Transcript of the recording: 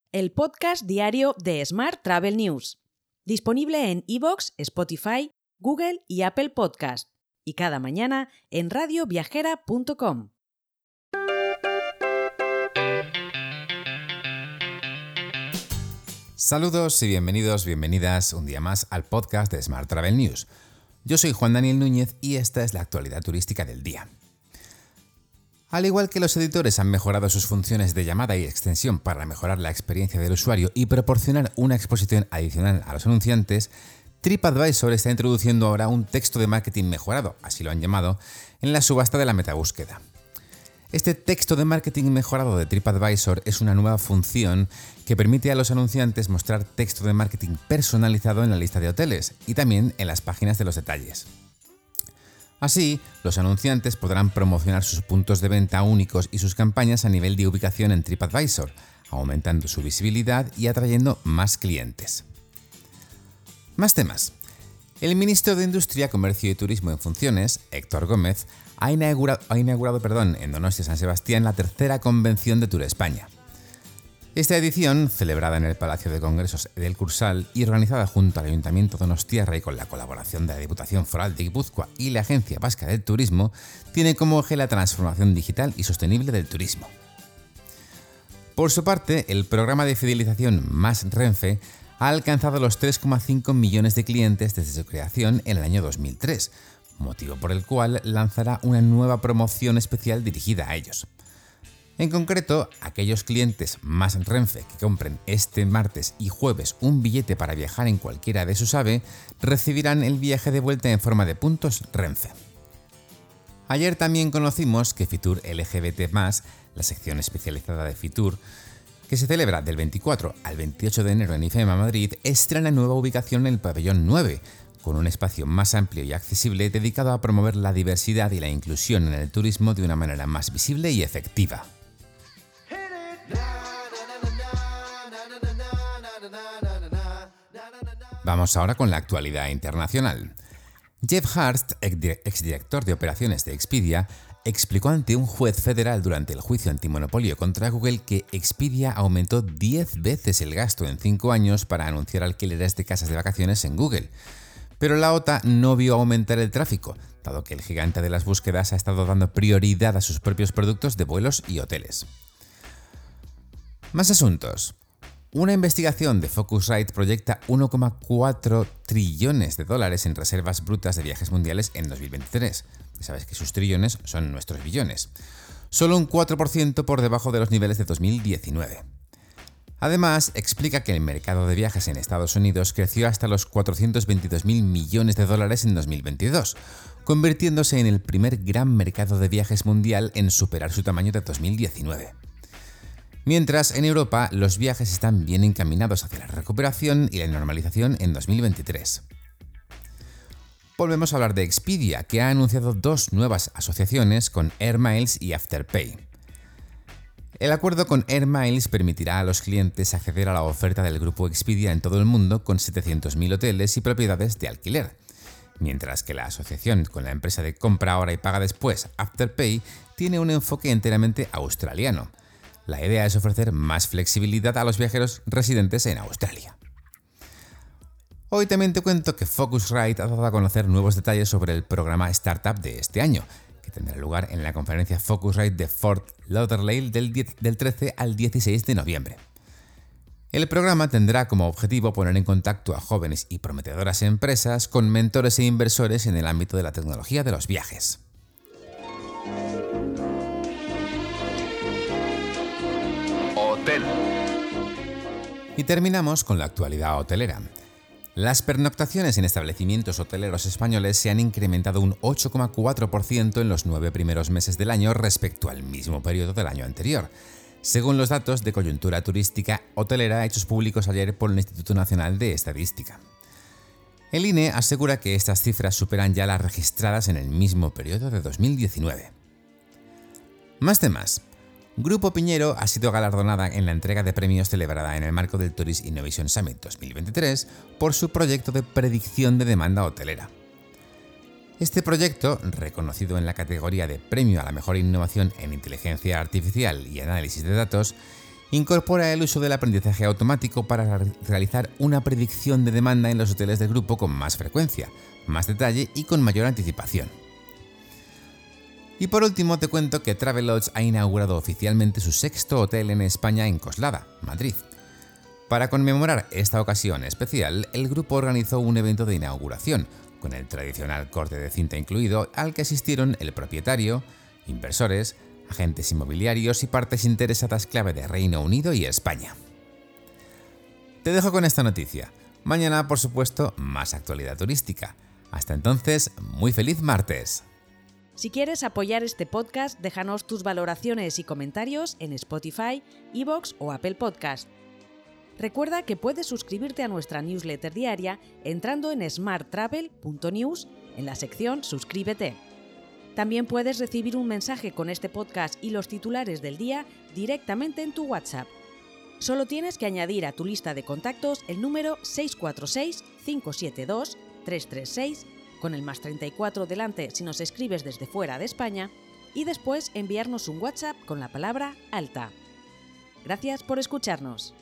el podcast diario de Smart Travel News, disponible en iVoox, Spotify, Google y Apple Podcast, y cada mañana en radioviajera.com. Saludos y bienvenidas un día más al podcast de Smart Travel News. Yo soy Juan Daniel Núñez y esta es la actualidad turística del día. Al igual que los editores han mejorado sus funciones de llamada y extensión para mejorar la experiencia del usuario y proporcionar una exposición adicional a los anunciantes, TripAdvisor está introduciendo ahora un texto de marketing mejorado, así lo han llamado, en la subasta de la metabúsqueda. Este texto de marketing mejorado de TripAdvisor es una nueva función que permite a los anunciantes mostrar texto de marketing personalizado en la lista de hoteles y también en las páginas de los detalles. Así, los anunciantes podrán promocionar sus puntos de venta únicos y sus campañas a nivel de ubicación en TripAdvisor, aumentando su visibilidad y atrayendo más clientes. Más temas. El ministro de Industria, Comercio y Turismo en funciones, Héctor Gómez, ha inaugurado en Donostia San Sebastián la tercera convención de Tour España. Esta edición, celebrada en el Palacio de Congresos del Cursal y organizada junto al Ayuntamiento donostiarra y con la colaboración de la Diputación Foral de Guipúzcoa y la Agencia Vasca del Turismo, tiene como eje la transformación digital y sostenible del turismo. Por su parte, el programa de fidelización Más Renfe ha alcanzado los 3,5 millones de clientes desde su creación en el año 2003, motivo por el cual lanzará una nueva promoción especial dirigida a ellos. En concreto, aquellos clientes Más Renfe que compren este martes y jueves un billete para viajar en cualquiera de sus AVE recibirán el viaje de vuelta en forma de puntos Renfe. Ayer también conocimos que Fitur LGBT+, la sección especializada de Fitur, que se celebra del 24 al 28 de enero en IFEMA Madrid, estrena nueva ubicación en el pabellón 9, con un espacio más amplio y accesible dedicado a promover la diversidad y la inclusión en el turismo de una manera más visible y efectiva. Vamos ahora con la actualidad internacional. Jeff Hurst, exdirector de operaciones de Expedia, explicó ante un juez federal durante el juicio antimonopolio contra Google que Expedia aumentó 10 veces el gasto en 5 años para anunciar alquileres de casas de vacaciones en Google. Pero la OTA no vio aumentar el tráfico, dado que el gigante de las búsquedas ha estado dando prioridad a sus propios productos de vuelos y hoteles. Más asuntos. Una investigación de Focusrite proyecta 1,4 trillones de dólares en reservas brutas de viajes mundiales en 2023. Ya sabes que sus trillones son nuestros billones. Solo un 4% por debajo de los niveles de 2019. Además, explica que el mercado de viajes en Estados Unidos creció hasta los 422.000 millones de dólares en 2022, convirtiéndose en el primer gran mercado de viajes mundial en superar su tamaño de 2019. Mientras, en Europa, los viajes están bien encaminados hacia la recuperación y la normalización en 2023. Volvemos a hablar de Expedia, que ha anunciado 2 nuevas asociaciones con Air Miles y Afterpay. El acuerdo con Air Miles permitirá a los clientes acceder a la oferta del grupo Expedia en todo el mundo con 700.000 hoteles y propiedades de alquiler, mientras que la asociación con la empresa de compra ahora y paga después, Afterpay, tiene un enfoque enteramente australiano. La idea es ofrecer más flexibilidad a los viajeros residentes en Australia. Hoy también te cuento que Focusrite ha dado a conocer nuevos detalles sobre el programa Startup de este año, que tendrá lugar en la conferencia Focusrite de Fort Lauderdale del 13 al 16 de noviembre. El programa tendrá como objetivo poner en contacto a jóvenes y prometedoras empresas con mentores e inversores en el ámbito de la tecnología de los viajes. Hotel. Y terminamos con la actualidad hotelera. Las pernoctaciones en establecimientos hoteleros españoles se han incrementado un 8,4% en los 9 primeros meses del año respecto al mismo periodo del año anterior, según los datos de coyuntura turística hotelera hechos públicos ayer por el Instituto Nacional de Estadística. El INE asegura que estas cifras superan ya las registradas en el mismo periodo de 2019. Más temas. Grupo Piñero ha sido galardonada en la entrega de premios celebrada en el marco del Tourist Innovation Summit 2023 por su proyecto de predicción de demanda hotelera. Este proyecto, reconocido en la categoría de Premio a la Mejor Innovación en Inteligencia Artificial y Análisis de Datos, incorpora el uso del aprendizaje automático para realizar una predicción de demanda en los hoteles del grupo con más frecuencia, más detalle y con mayor anticipación. Y por último te cuento que Travelodge ha inaugurado oficialmente su 6º hotel en España en Coslada, Madrid. Para conmemorar esta ocasión especial, el grupo organizó un evento de inauguración, con el tradicional corte de cinta incluido, al que asistieron el propietario, inversores, agentes inmobiliarios y partes interesadas clave de Reino Unido y España. Te dejo con esta noticia. Mañana, por supuesto, más actualidad turística. Hasta entonces, muy feliz martes. Si quieres apoyar este podcast, déjanos tus valoraciones y comentarios en Spotify, iVoox o Apple Podcast. Recuerda que puedes suscribirte a nuestra newsletter diaria entrando en smarttravel.news en la sección Suscríbete. También puedes recibir un mensaje con este podcast y los titulares del día directamente en tu WhatsApp. Solo tienes que añadir a tu lista de contactos el número 646-572-336 con el +34 delante si nos escribes desde fuera de España y después enviarnos un WhatsApp con la palabra alta. Gracias por escucharnos.